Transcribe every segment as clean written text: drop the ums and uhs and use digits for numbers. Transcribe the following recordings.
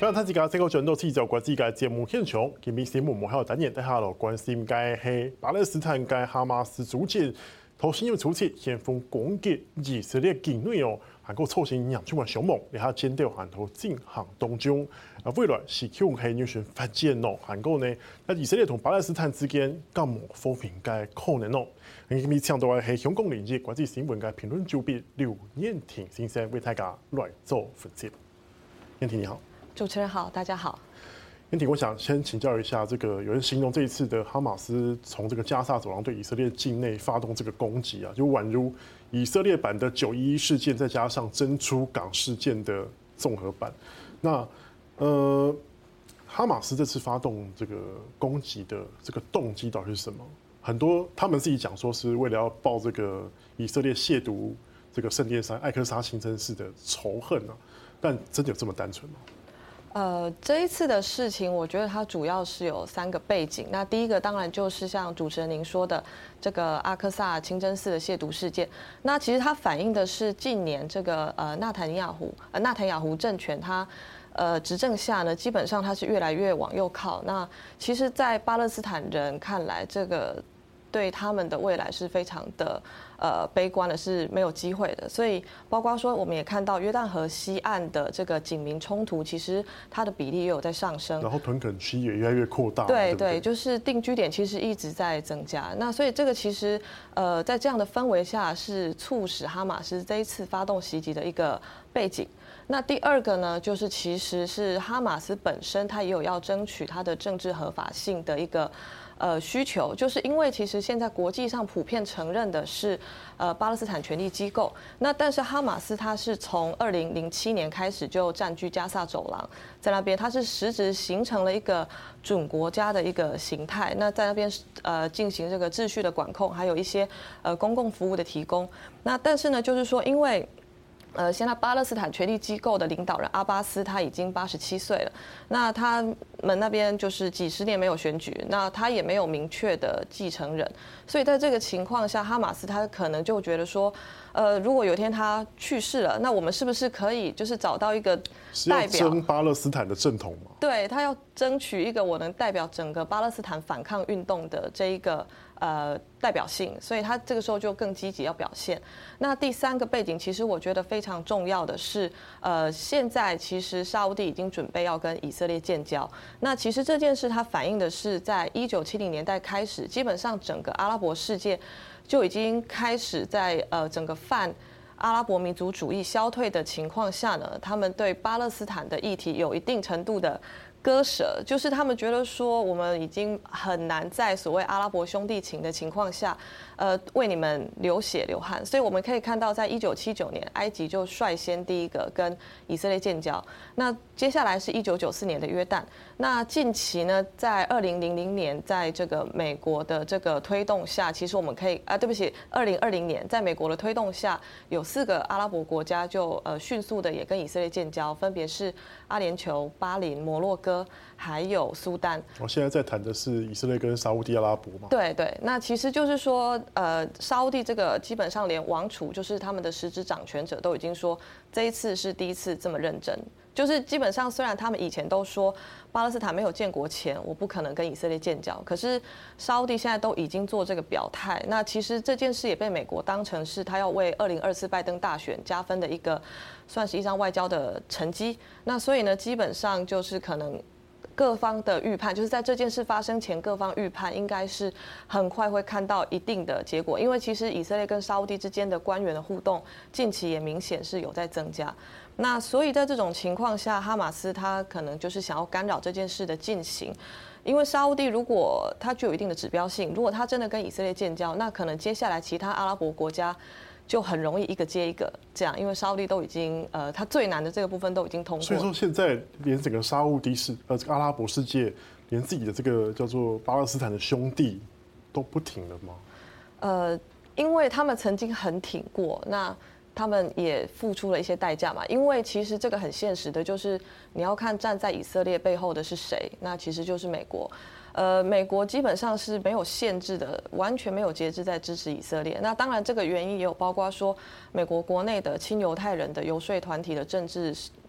今日睇自家這個轉到次就國際嘅節目現場，今日新聞幕後單元底下落關心嘅係巴勒斯坦嘅哈馬斯組織，頭先要出切先鋒攻擊以色列境內哦，韓國操行嚴重嘅傷亡，你下見到韓頭進行當中，未來是向係女選發展咯，韓國呢，喺以色列同巴勒斯坦之間咁冇和平嘅可能咯。今日請到嘅係香港連日國際新聞嘅評論主筆劉彥廷先生為大家來做分析。彥廷你好。 主持人好，大家好。 彥廷，我想先請教一下，有人形容這一次的哈馬斯從這個加薩走廊對以色列境內發動這個攻擊啊，就宛如以色列版的911事件，再加上珍珠港事件的綜合版。那哈馬斯這次發動這個攻擊的這個動機到底是什麼？很多他們自己講說是為了要報這個以色列褻瀆這個聖殿山艾克薩清真寺的仇恨啊，但真的有這麼單純嗎？ 這一次的事情，我覺得它主要是有3個背景。那第一個當然就是像主持人您說的，這個阿克薩清真寺的褻瀆事件。那其實它反映的是近年這個納坦雅胡政權它執政下呢，基本上它是越來越往右靠。那其實，在巴勒斯坦人看來，這個對他們的未來是非常的悲觀的，是沒有機會的。所以包括說，我們也看到約旦河西岸的這個警民衝突，其實它的比例也有在上升。然後屯墾區也越來越擴大。 對，就是定居點其實一直在增加。那所以這個其實在這樣的氛圍下，是促使哈馬斯這一次發動襲擊的一個背景。那第二個呢，就是其實是哈馬斯本身，它也有要爭取它的政治合法性的一個需求，就是因為其實現在國際上普遍承認的是巴勒斯坦權力機構，那但是哈馬斯它是從2007年開始就佔據加薩走廊，在那邊它是實質形成了一個準國家的一個形態，那在那邊進行這個秩序的管控，還有一些公共服務的提供，那但是呢，就是說因為現在巴勒斯坦權力機構的領導人阿巴斯他已經87歲了，那他們那邊就是幾十年沒有選舉，那他也沒有明確的繼承人，所以在這個情況下，哈馬斯他可能就覺得說，如果有一天他去世了，那我們是不是可以就是找到一個代表？ 是要爭巴勒斯坦的正統嗎？ 對，他要爭取一個我能代表整個巴勒斯坦反抗運動的這一個代表性，所以他這個時候就更積極要表現。那第3個背景，其實我覺得非常重要的是，現在其實沙烏地已經準備要跟以色列建交。那其實這件事它反映的是，在1970年代開始，基本上整個阿拉伯世界就已經開始在整個泛阿拉伯民族主義消退的情況下呢，他們對巴勒斯坦的議題有一定程度的割捨，就是他們覺得說，我們已經很難在所謂阿拉伯兄弟情的情況下，為你們流血流汗。所以我們可以看到，在1979年，埃及就率先第一個跟以色列建交。那接下來是1994年的約旦。那近期呢，在2000年，在這個美國的這個推動下，其實我們可以對不起，2020年，在美國的推動下，有4個阿拉伯國家就迅速的也跟以色列建交，分別是阿聯酋、巴林、摩洛哥，還有蘇丹。 我現在在談的是以色列跟沙烏地阿拉伯嘛？ 對，那其實就是說，沙烏地這個基本上連王儲，就是他們的實質掌權者都已經說，這一次是第一次這麼認真。就是基本上，雖然他們以前都說巴勒斯坦沒有建國前，我不可能跟以色列建交，可是沙烏地現在都已經做這個表態。那其實這件事也被美國當成是他要為2024拜登大選加分的一個，算是一張外交的成績。那所以呢，基本上就是可能各方的預判，就是在這件事發生前，各方預判應該是很快會看到一定的結果。因為其實以色列跟沙烏地之間的官員的互動，近期也明顯是有在增加。那所以在這種情況下，哈馬斯他可能就是想要干擾這件事的進行，因為沙烏地如果它具有一定的指標性，如果他真的跟以色列建交，那可能接下來其他阿拉伯國家就很容易一個接一個這樣，因為沙烏地都已經它最難的這個部分都已經通過。 所以說現在連整個沙烏地這個阿拉伯世界，連自己的這個叫做巴勒斯坦的兄弟都不挺了嗎？ 因為他們曾經很挺過，那他們也付出了一些代價嘛。因為其實這個很現實的，就是你要看站在以色列背後的是誰，那其實就是美國。美國基本上是沒有限制的，完全沒有節制在支持以色列。那當然，這個原因也有包括說美國國內的親猶太人的遊說團體的政治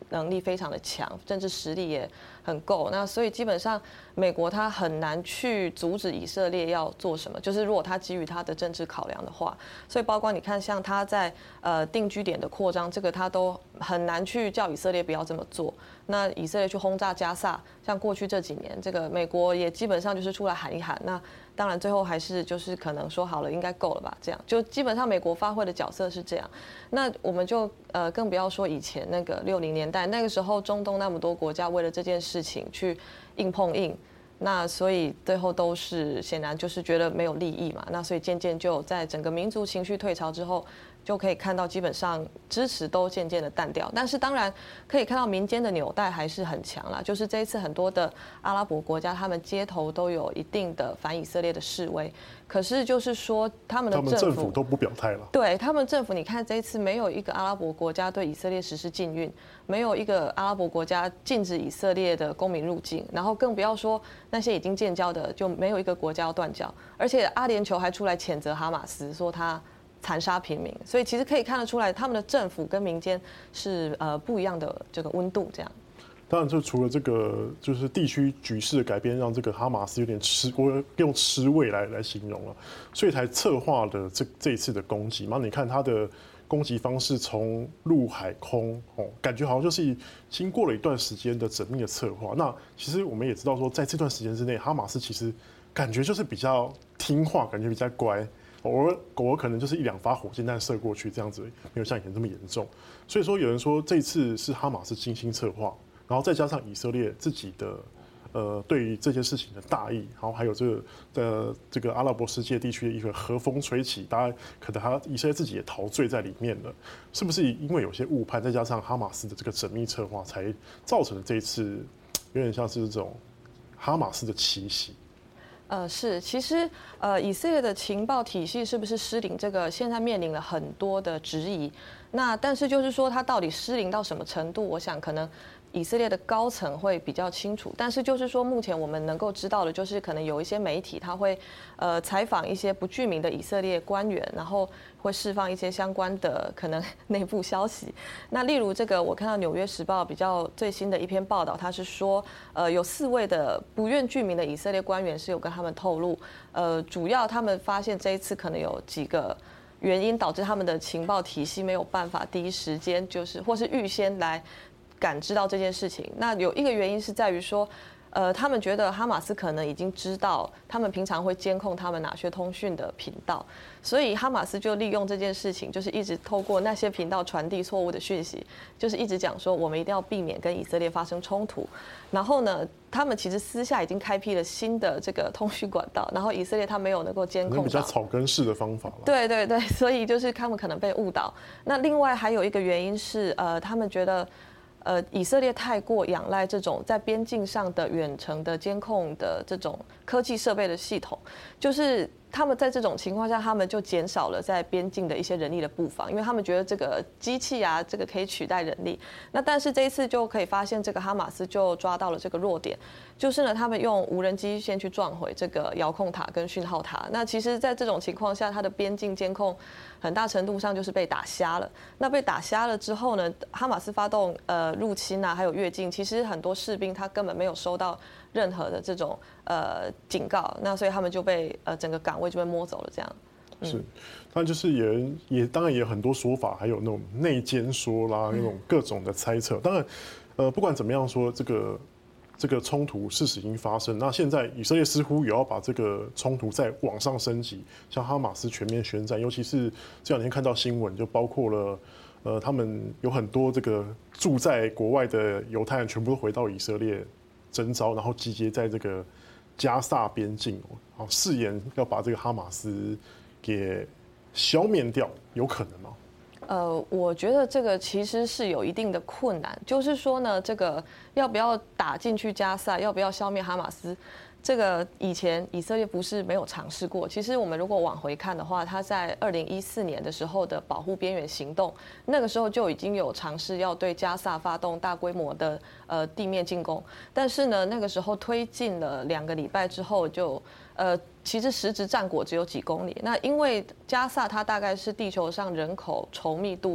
能力非常的强，政治实力也很够。那所以基本上美国他很难去阻止以色列要做什么，就是如果他基于他的政治考量的话，所以包括你看像他在定居点的扩张，这个他都很难去叫以色列不要这么做。那以色列去轰炸加萨，像过去这几年，这个美国也基本上就是出来喊一喊，那当然最后还是就是可能说好了，应该够了吧？这样就基本上美国发挥的角色是这样。那我们就更不要说以前那个60年代那个时候，中东那么多国家为了这件事情去硬碰硬。那所以最后都是显然就是觉得没有利益嘛，那所以渐渐就在整个民族情绪退潮之后，就可以看到基本上支持都渐渐的淡掉。但是当然可以看到民间的纽带还是很强啦，就是这一次很多的阿拉伯国家，他们街头都有一定的反以色列的示威，可是就是说他们的政府都不表态了。 对他们政府，你看这一次没有一个阿拉伯国家对以色列实施禁运，没有一个阿拉伯国家禁止以色列的公民入境，然后更不要说那些已经建交的，就没有一个国家要断交。而且阿联酋还出来谴责哈马斯，说他残杀平民。所以其实可以看得出来，他们的政府跟民间是不一样的这个温度这样。 当然，就除了这个，就是地区局势的改变，让这个哈马斯有点我用吃味来形容了，所以才策划的这一次的攻击嘛。你看他的攻击方式从陆海空，感觉好像就是经过了一段时间的缜密的策划。那其实我们也知道说，在这段时间之内，哈马斯其实感觉就是比较听话，感觉比较乖。偶尔可能就是1-2发火箭弹射过去这样子，没有像以前这么严重。所以说，有人说这一次是哈马斯精心策划。然后再加上以色列自己的对于这件事情的大意，然后还有这个阿拉伯世界地区的一个和风吹起，大家可能以色列自己也陶醉在里面了，是不是因为有些误判，再加上哈马斯的这个缜密策划，才造成了这一次有点像是这种哈马斯的奇袭？ 是，其实以色列的情报体系是不是失灵，这个现在面临了很多的质疑。那但是就是说，它到底失灵到什么程度，我想可能以色列的高层会比较清楚。但是就是说，目前我们能够知道的，就是可能有一些媒体他会采访一些不具名的以色列官员，然后会释放一些相关的可能内部消息。那例如这个，我看到《纽约时报》比较最新的一篇报道，他是说，有4位的不愿具名的以色列官员是有跟他们透露，主要他们发现这一次可能有几个原因导致他们的情报体系没有办法第一时间或是预先来感知到这件事情。那有一个原因是在于说，他们觉得哈马斯可能已经知道他们平常会监控他们哪些通讯的频道，所以哈马斯就利用这件事情，就是一直透过那些频道传递错误的讯息，就是一直讲说我们一定要避免跟以色列发生冲突。然后呢，他们其实私下已经开辟了新的这个通讯管道，然后以色列他没有能够监控到， 比较草根式的方法了。 对对对，所以就是他们可能被误导。那另外还有一个原因是，他们觉得。以色列太过仰赖这种在边境上的远程的监控的这种科技设备的系统，就是他们在这种情况下，他们就减少了在边境的一些人力的布防，因为他们觉得这个机器啊，这个可以取代人力。那但是这一次就可以发现，这个哈马斯就抓到了这个弱点，就是呢，他们用无人机先去撞毁这个遥控塔跟讯号塔。那其实，在这种情况下，它的边境监控很大程度上就是被打瞎了。那被打瞎了之后呢，哈马斯发动入侵啊，还有越境，其实很多士兵他根本没有收到任何的这种警告，那所以他们就被整个岗位就被摸走了这样。 是，但就是也当然也有很多说法，还有那种内奸说啦，那种各种的猜测。当然，不管怎么样说，这个冲突事实已经发生。那现在以色列似乎也要把这个冲突再往上升级，像哈马斯全面宣战，尤其是这2天看到新闻，就包括了他们有很多这个住在国外的犹太人全部都回到以色列征召，然后集结在这个加萨边境，誓言要把这个哈马斯给消灭掉，有可能吗？ 我觉得这个其实是有一定的困难，就是说呢，这个要不要打进去加萨，要不要消灭哈马斯，这个以前以色列不是没有尝试过。其实我们如果往回看的话，他在2014年的时候的保护边缘行动，那个时候就已经有尝试要对加萨发动大规模的地面进攻，但是呢，那个时候推进了2个礼拜之后就其实实质战果只有几公里。那因为加萨它大概是地球上人口稠密度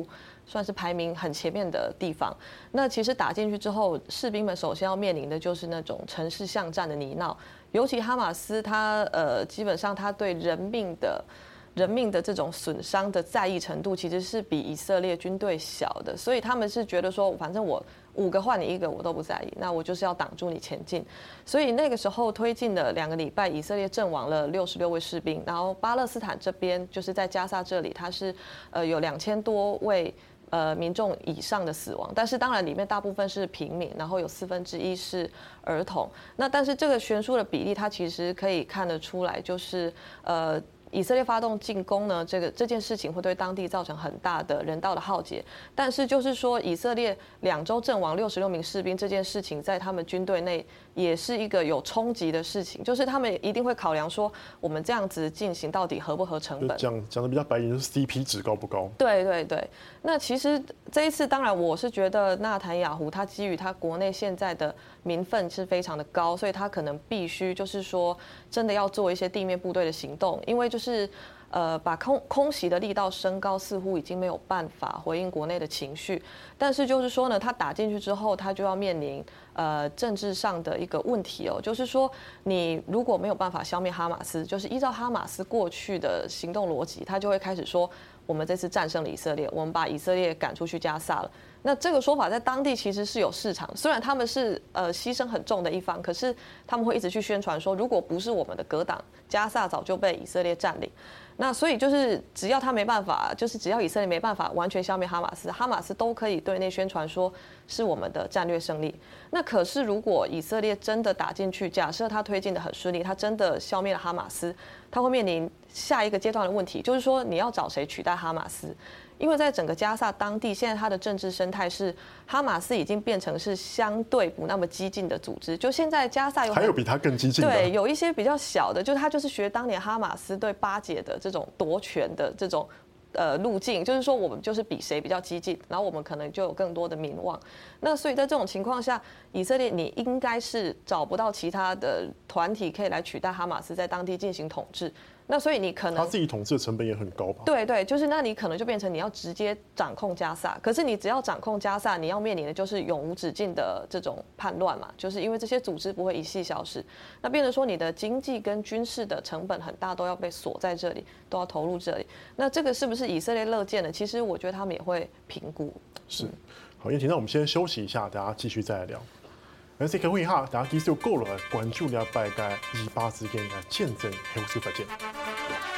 算是排名很前面的地方。那其实打进去之后，士兵们首先要面临的就是那种城市巷战的泥淖，尤其哈马斯他基本上他对人命的这种损伤的在意程度，其实是比以色列军队小的，所以他们是觉得说，反正我5个换你1个我都不在意，那我就是要挡住你前进。所以那个时候推进了2个礼拜，以色列阵亡了66位士兵，然后巴勒斯坦这边就是在加萨这里，它是有2000多位民众以上的死亡，但是当然里面大部分是平民，然后有1/4是儿童。那但是这个悬殊的比例，它其实可以看得出来，就是以色列发动进攻呢，这件事情会对当地造成很大的人道的浩劫。但是就是说，以色列2周阵亡66名士兵这件事情，在他们军队内也是一个有冲击的事情，就是他们一定会考量说，我们这样子进行到底合不合成本？ 讲的比较白一点，就是 CP 值高不高？ 对对对。那其实这一次，当然我是觉得纳坦雅胡他基于他国内现在的民愤是非常的高，所以他可能必须就是说，真的要做一些地面部队的行动，因为就是把空袭的力道升高，似乎已经没有办法回应国内的情绪。但是就是说呢，他打进去之后，他就要面临政治上的一个问题哦，就是说你如果没有办法消灭哈马斯，就是依照哈马斯过去的行动逻辑，他就会开始说，我们这次战胜了以色列，我们把以色列赶出去加萨了。那这个说法在当地其实是有市场，虽然他们是牺牲很重的一方，可是他们会一直去宣传说，如果不是我们的格挡，加萨早就被以色列占领。那所以就是只要他没办法，就是只要以色列没办法完全消灭哈马斯，哈马斯都可以对内宣传说是我们的战略胜利。那可是如果以色列真的打进去，假设他推进的很顺利，他真的消灭了哈马斯，他会面临下一个阶段的问题，就是说你要找谁取代哈马斯？因为在整个加萨当地，现在它的政治生态是哈马斯已经变成是相对不那么激进的组织。就现在加萨还有比它更激进的， 对，有一些比较小的，就是它就是学当年哈马斯对巴解的这种夺权的这种路径，就是说我们就是比谁比较激进，然后我们可能就有更多的民望。那所以在这种情况下，以色列你应该是找不到其他的团体可以来取代哈马斯在当地进行统治。那所以你可能他自己统治的成本也很高吧？ 对对，就是那你可能就变成你要直接掌控加萨，可是你只要掌控加萨，你要面临的就是永无止境的这种叛乱嘛，就是因为这些组织不会一夕消失，那变成说你的经济跟军事的成本很大，都要被锁在这里，都要投入这里。那这个是不是以色列乐见的？其实我觉得他们也会评估。 是，好，燕婷，那我们先休息一下，等下继续再来聊。咁先會下，大家繼續過來關注禮拜嘅28之間嘅見證，後續發展。